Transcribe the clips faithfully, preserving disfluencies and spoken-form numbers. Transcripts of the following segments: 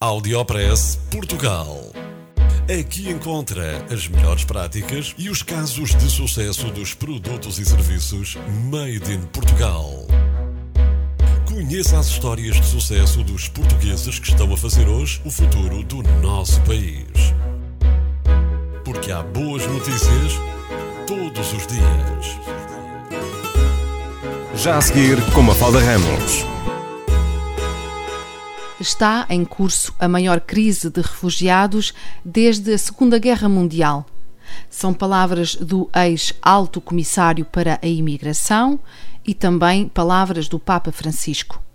Audiopress Portugal. Aqui encontra as melhores práticas e os casos de sucesso dos produtos e serviços Made in Portugal. Conheça as histórias de sucesso dos portugueses que estão a fazer hoje o futuro do nosso país. Porque há boas notícias todos os dias. Já a seguir, com Mafalda Ramos. Está em curso a maior crise de refugiados desde a Segunda Guerra Mundial. São palavras do ex-alto comissário para a imigração e também palavras do Papa Francisco.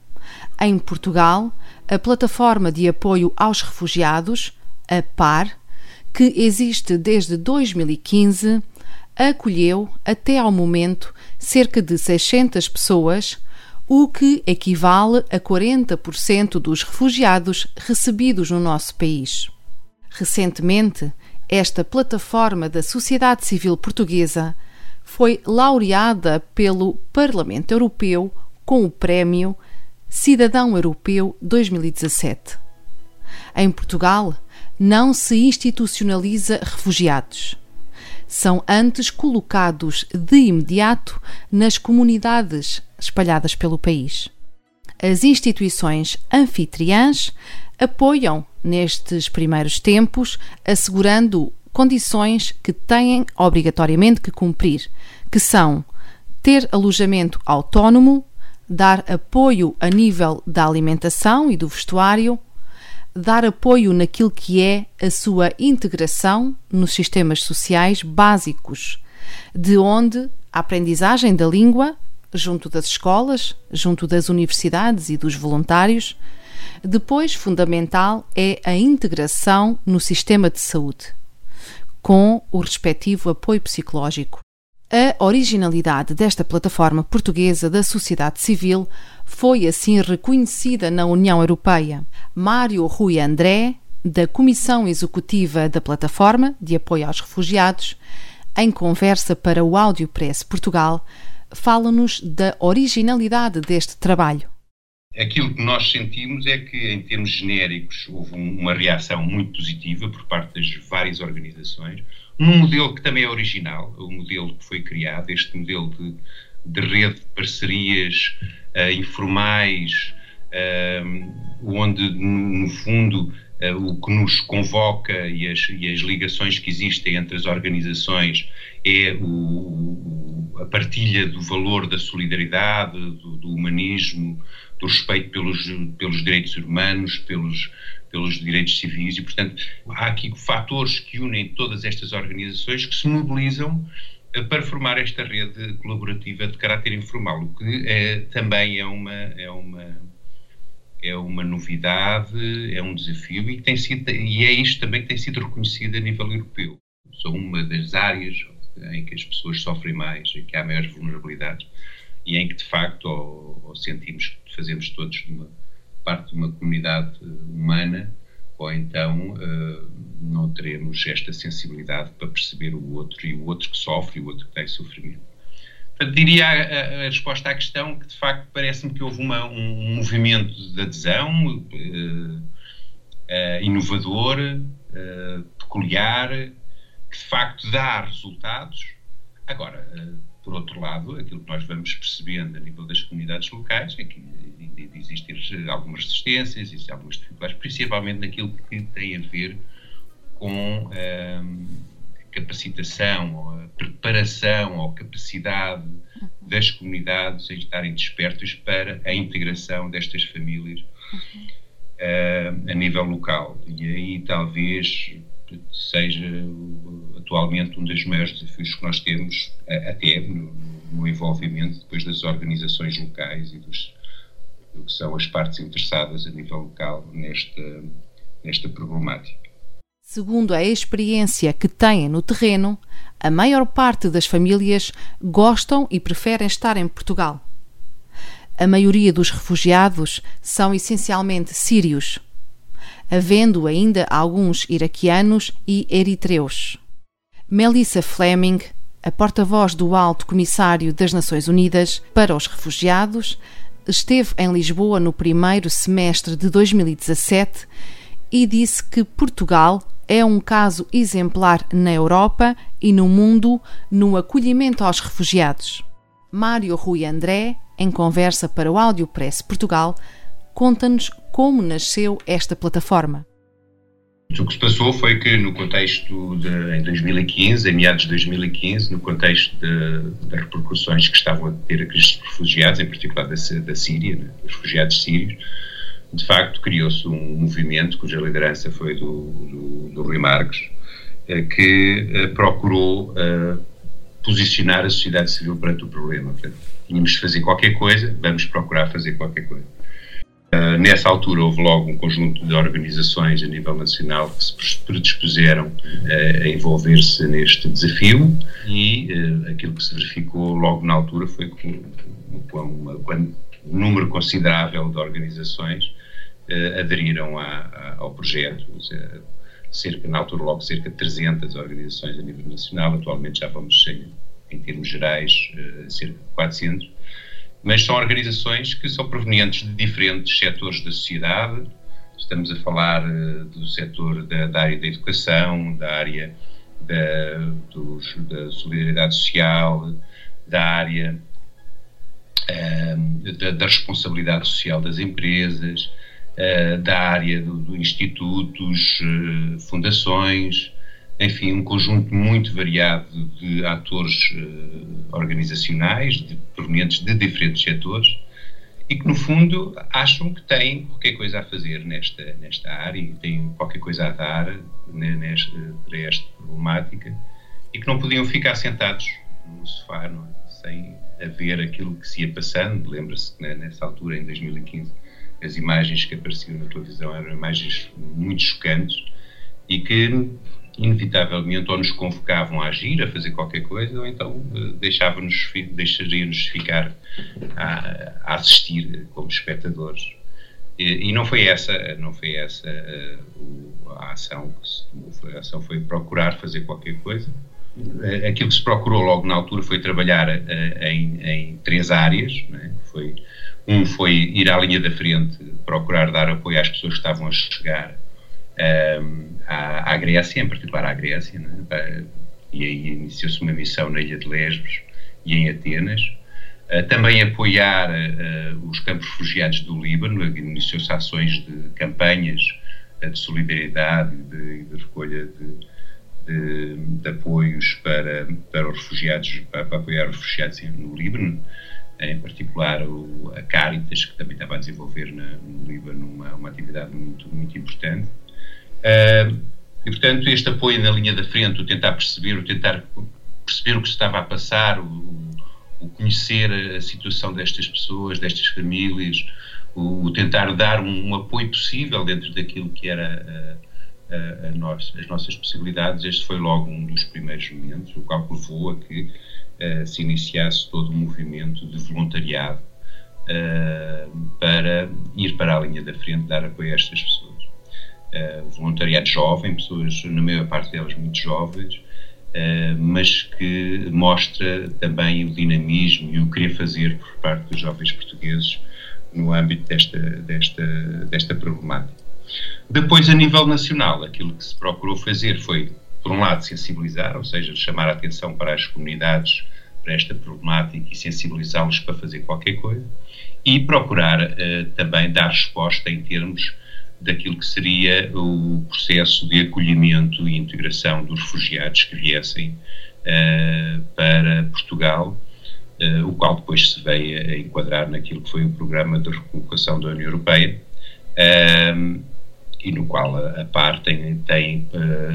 Em Portugal, a plataforma de apoio aos refugiados, a P A R, que existe desde dois mil e quinze, acolheu, até ao momento, cerca de seiscentas pessoas, o que equivale a quarenta por cento dos refugiados recebidos no nosso país. Recentemente, esta plataforma da sociedade civil portuguesa foi laureada pelo Parlamento Europeu com o prémio Cidadão Europeu dois mil e dezassete. Em Portugal, não se institucionaliza refugiados. São antes colocados de imediato nas comunidades espalhadas pelo país. As instituições anfitriãs apoiam nestes primeiros tempos, assegurando condições que têm obrigatoriamente que cumprir, que são ter alojamento autónomo, dar apoio a nível da alimentação e do vestuário, dar apoio naquilo que é a sua integração nos sistemas sociais básicos, de onde a aprendizagem da língua, junto das escolas, junto das universidades e dos voluntários. Depois, fundamental é a integração no sistema de saúde, com o respectivo apoio psicológico. A originalidade desta plataforma portuguesa da sociedade civil foi assim reconhecida na União Europeia. Mário Rui André, da Comissão Executiva da Plataforma de Apoio aos Refugiados, em conversa para o Audiopress Portugal, fala-nos da originalidade deste trabalho. Aquilo que nós sentimos é que, em termos genéricos, houve uma reação muito positiva por parte das várias organizações, num modelo que também é original, o modelo que foi criado, este modelo de, de rede de parcerias uh, informais, uh, onde, no fundo, uh, o que nos convoca e as, e as ligações que existem entre as organizações é o, o, a partilha do valor da solidariedade, do, do humanismo, do respeito pelos, pelos direitos humanos, pelos, pelos direitos civis e, portanto, há aqui fatores que unem todas estas organizações que se mobilizam para formar esta rede colaborativa de caráter informal, o que é, também é uma, é, uma, é uma novidade, é um desafio e, tem sido, e é isto também que tem sido reconhecido a nível europeu. São uma das áreas em que as pessoas sofrem mais, em que há maiores vulnerabilidades e em que, de facto, ou, ou sentimos que fazemos todos uma parte de uma comunidade humana, ou então uh, não teremos esta sensibilidade para perceber o outro, e o outro que sofre, e o outro que tem sofrimento. Portanto, diria a, a resposta à questão que, de facto, parece-me que houve uma, um movimento de adesão uh, uh, inovador, uh, peculiar, que, de facto, dá resultados. Agora, uh, por outro lado, aquilo que nós vamos percebendo a nível das comunidades locais é que existem algumas resistências, existem algumas dificuldades, principalmente naquilo que tem a ver com a capacitação, ou a preparação, ou a capacidade das comunidades em estarem despertas para a integração destas famílias uh, a nível local. E aí talvez seja atualmente um dos maiores desafios que nós temos, até no, no envolvimento depois das organizações locais e dos que são as partes interessadas a nível local nesta, nesta problemática. Segundo a experiência que têm no terreno, a maior parte das famílias gostam e preferem estar em Portugal. A maioria dos refugiados são essencialmente sírios, havendo ainda alguns iraquianos e eritreus. Melissa Fleming, a porta-voz do Alto Comissário das Nações Unidas para os Refugiados, esteve em Lisboa no primeiro semestre de dois mil e dezassete e disse que Portugal é um caso exemplar na Europa e no mundo no acolhimento aos refugiados. Mário Rui André, em conversa para o Audiopress Portugal, conta-nos como nasceu esta plataforma. O que se passou foi que no contexto de, em dois mil e quinze, em meados de dois mil e quinze, no contexto de, das repercussões que estavam a ter a crise de refugiados, em particular da, da Síria, né, dos refugiados sírios, de facto criou-se um movimento cuja liderança foi do, do, do Rui Marques, que uh, procurou uh, posicionar a sociedade civil perante o problema. Portanto, tínhamos de fazer qualquer coisa, vamos procurar fazer qualquer coisa. Uh, nessa altura houve logo um conjunto de organizações a nível nacional que se predispuseram uh, a envolver-se neste desafio e uh, aquilo que se verificou logo na altura foi que um, uma, um número considerável de organizações uh, aderiram a, a, ao projeto. Uh, cerca, na altura logo cerca de trezentas organizações a nível nacional, atualmente já vamos em, em termos gerais uh, cerca de quatrocentas. Mas são organizações que são provenientes de diferentes setores da sociedade. Estamos a falar uh, do setor da, da área da educação, da área da, dos, da solidariedade social, da área uh, da, da responsabilidade social das empresas, uh, da área do, do institutos, uh, fundações, enfim, um conjunto muito variado de atores uh, organizacionais, de, provenientes de diferentes setores, e que, no fundo, acham que têm qualquer coisa a fazer nesta, nesta área e têm qualquer coisa a dar né, nesta, para esta problemática, e que não podiam ficar sentados no sofá, não é? Sem haver aquilo que se ia passando. Lembra-se que, né, nessa altura, em dois mil e quinze, as imagens que apareciam na televisão eram imagens muito chocantes e que inevitavelmente ou nos convocavam a agir, a fazer qualquer coisa, ou então deixavam-nos, deixaríamos ficar a, a assistir como espectadores. E, e não foi essa, não foi essa a, a ação que se tomou. A ação foi procurar fazer qualquer coisa. Aquilo que se procurou logo na altura foi trabalhar em, em três áreas, né? Foi, um foi ir à linha da frente, procurar dar apoio às pessoas que estavam a chegar Um, à, à Grécia, em particular à Grécia, né? E aí iniciou-se uma missão na ilha de Lesbos e em Atenas. Uh, também apoiar uh, os campos refugiados do Líbano. Iniciou-se ações de campanhas uh, de solidariedade e de, de recolha de, de, de apoios para, para os refugiados, para, para apoiar os refugiados no Líbano, em particular o, a Caritas, que também estava a desenvolver na, no Líbano uma, uma atividade muito, muito importante. Uh, e, portanto, este apoio na linha da frente, o tentar perceber, o tentar perceber o que se estava a passar, o, o conhecer a situação destas pessoas, destas famílias, o, o tentar dar um, um apoio possível dentro daquilo que era a, a, a nós, as nossas possibilidades. Este foi logo um dos primeiros momentos, o qual levou a que uh, se iniciasse todo um movimento de voluntariado uh, para ir para a linha da frente, dar apoio a estas pessoas. Uh, voluntariado jovem, pessoas, na maior parte delas muito jovens, uh, mas que mostra também o dinamismo e o querer fazer por parte dos jovens portugueses no âmbito desta, desta, desta problemática. Depois, a nível nacional, aquilo que se procurou fazer foi, por um lado, sensibilizar, ou seja, chamar a atenção para as comunidades para esta problemática e sensibilizá-los para fazer qualquer coisa, e procurar uh, também dar resposta em termos daquilo que seria o processo de acolhimento e integração dos refugiados que viessem uh, para Portugal, uh, o qual depois se veio a enquadrar naquilo que foi o programa de recolocação da União Europeia, uh, e no qual a, a PAR tem, tem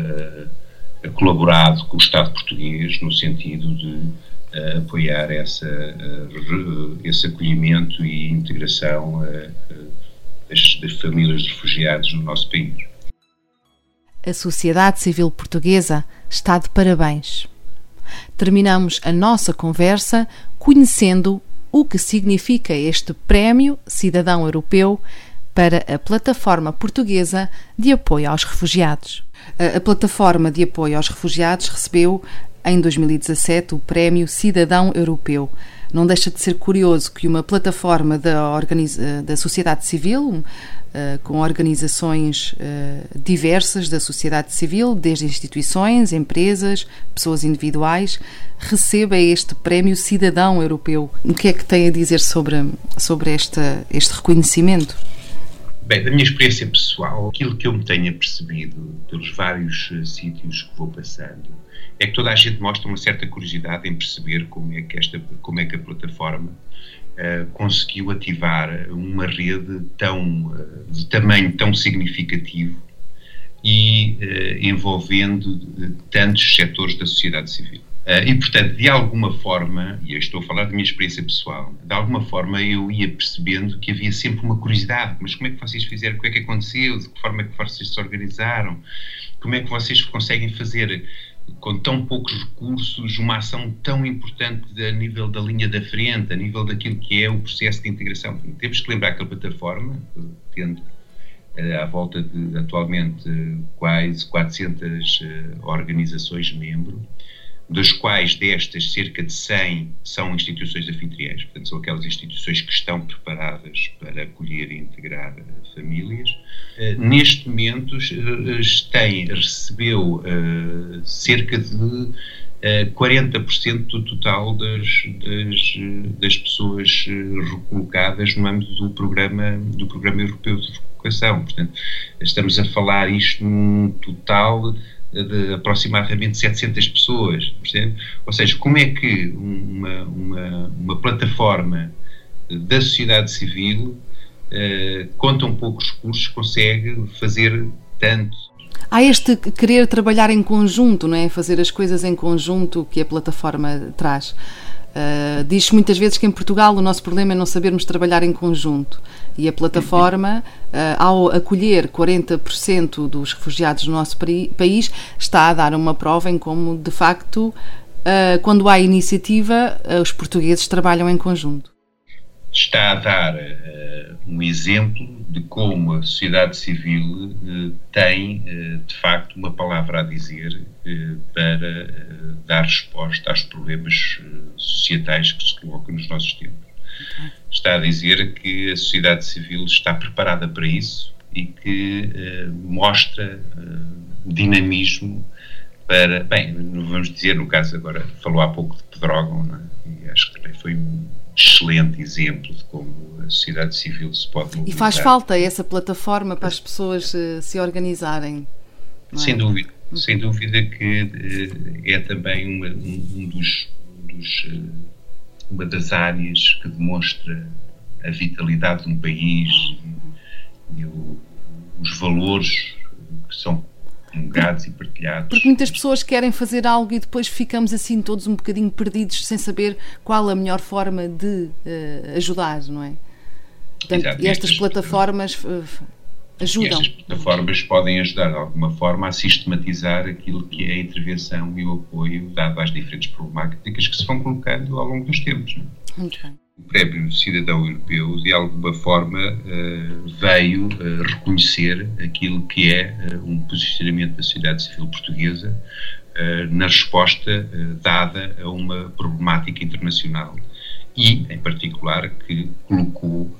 uh, colaborado com o Estado português no sentido de uh, apoiar essa, uh, esse acolhimento e integração uh, das famílias de refugiados no nosso país. A sociedade civil portuguesa está de parabéns. Terminamos a nossa conversa conhecendo o que significa este Prémio Cidadão Europeu para a Plataforma Portuguesa de Apoio aos Refugiados. A Plataforma de Apoio aos Refugiados recebeu, em dois mil e dezassete, o Prémio Cidadão Europeu. não deixa de ser curioso que uma plataforma da, organiza- da sociedade civil, uh, com organizações uh, diversas da sociedade civil, desde instituições, empresas, pessoas individuais, receba este prémio Cidadão Europeu. O que é que tem a dizer sobre, sobre esta, este reconhecimento? Bem, da minha experiência pessoal, aquilo que eu me tenho percebido pelos vários uh, sítios que vou passando, é que toda a gente mostra uma certa curiosidade em perceber como é que, esta, como é que a plataforma uh, conseguiu ativar uma rede tão, uh, de tamanho tão significativo e uh, envolvendo uh, tantos setores da sociedade civil. Uh, e, portanto, de alguma forma, e eu estou a falar da minha experiência pessoal, de alguma forma eu ia percebendo que havia sempre uma curiosidade. Mas como é que vocês fizeram? O que é que aconteceu? De que forma é que vocês se organizaram? Como é que vocês conseguem fazer, com tão poucos recursos, uma ação tão importante a nível da linha da frente, a nível daquilo que é o processo de integração? Temos que lembrar que a plataforma, tendo à volta de, atualmente, quase quatrocentas organizações membro, das quais destas cerca de cem são instituições anfitriãs, portanto são aquelas instituições que estão preparadas para acolher e integrar famílias. Uh, neste momento uh, tem, recebeu uh, cerca de uh, quarenta por cento do total das, das, das pessoas recolocadas no âmbito do programa, do programa Europeu de Recolocação. Portanto, estamos a falar isto num total de aproximadamente setecentas pessoas, percebe? Ou seja, como é que uma, uma, uma plataforma da sociedade civil, uh, com tão poucos recursos, consegue fazer tanto? Há este querer trabalhar em conjunto, não é? Fazer as coisas em conjunto que a plataforma traz. Uh, diz-se muitas vezes que em Portugal o nosso problema é não sabermos trabalhar em conjunto, e a plataforma, uh, ao acolher quarenta por cento dos refugiados do nosso país, está a dar uma prova em como, de facto, uh, quando há iniciativa, uh, os portugueses trabalham em conjunto. Está a dar uh, um exemplo de como a sociedade civil uh, tem, uh, de facto, uma palavra a dizer uh, para uh, dar resposta aos problemas uh, societais que se colocam nos nossos tempos. Okay. Está a dizer que a sociedade civil está preparada para isso e que uh, mostra uh, dinamismo para, bem, não vamos dizer, no caso agora, falou há pouco de Pedrógão, não é? E acho que foi um excelente exemplo de como a sociedade civil se pode mobilizar. E faz falta essa plataforma para as pessoas uh, se organizarem. Não é? Sem dúvida, sem dúvida que uh, é também uma, um, um dos, dos, uh, uma das áreas que demonstra a vitalidade de um país e, e o, os valores que são comungados e partilhados. Porque muitas pessoas querem fazer algo e depois ficamos assim todos um bocadinho perdidos sem saber qual a melhor forma de uh, ajudar, não é? Portanto, Exato, e estas, estas plataformas uh, ajudam. E estas plataformas podem ajudar de alguma forma a sistematizar aquilo que é a intervenção e o apoio dado às diferentes problemáticas que se vão colocando ao longo dos tempos. Não é? Muito bem. O Prémio Cidadão Europeu, de alguma forma, veio reconhecer aquilo que é um posicionamento da sociedade civil portuguesa na resposta dada a uma problemática internacional e, em particular, que colocou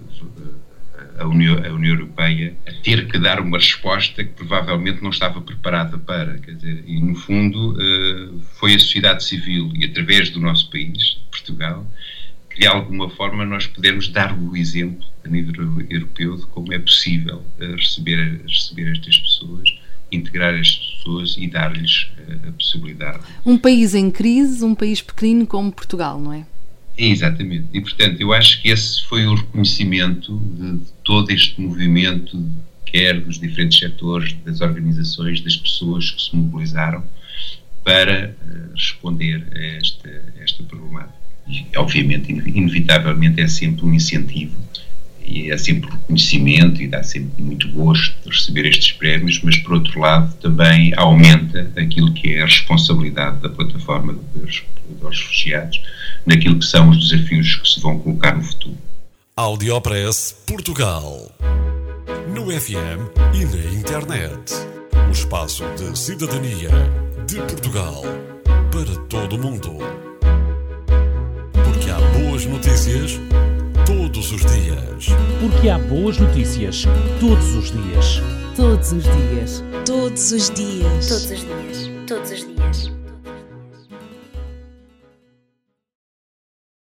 a União, a União Europeia a ter que dar uma resposta que provavelmente não estava preparada para. Quer dizer, e, no fundo, foi a sociedade civil e, através do nosso país, Portugal, que de alguma forma nós pudermos dar o exemplo a nível europeu de como é possível uh, receber, receber estas pessoas, integrar estas pessoas e dar-lhes uh, a possibilidade. Um país em crise, um país pequenino como Portugal, não é? Exatamente. E, portanto, eu acho que esse foi o reconhecimento de, de todo este movimento, quer dos diferentes setores, das organizações, das pessoas que se mobilizaram para uh, responder a esta, a esta problemática. E, obviamente, inevitavelmente é sempre um incentivo e é sempre reconhecimento e dá sempre muito gosto de receber estes prémios, mas, por outro lado, também aumenta aquilo que é a responsabilidade da plataforma dos, dos refugiados naquilo que são os desafios que se vão colocar no futuro. Audiopress Portugal. No F M e na internet. O espaço de cidadania de Portugal para todo o mundo. Porque há notícias todos os dias. Porque há boas notícias todos os dias. Todos os dias. Todos os dias. Todos os dias. Todos os dias.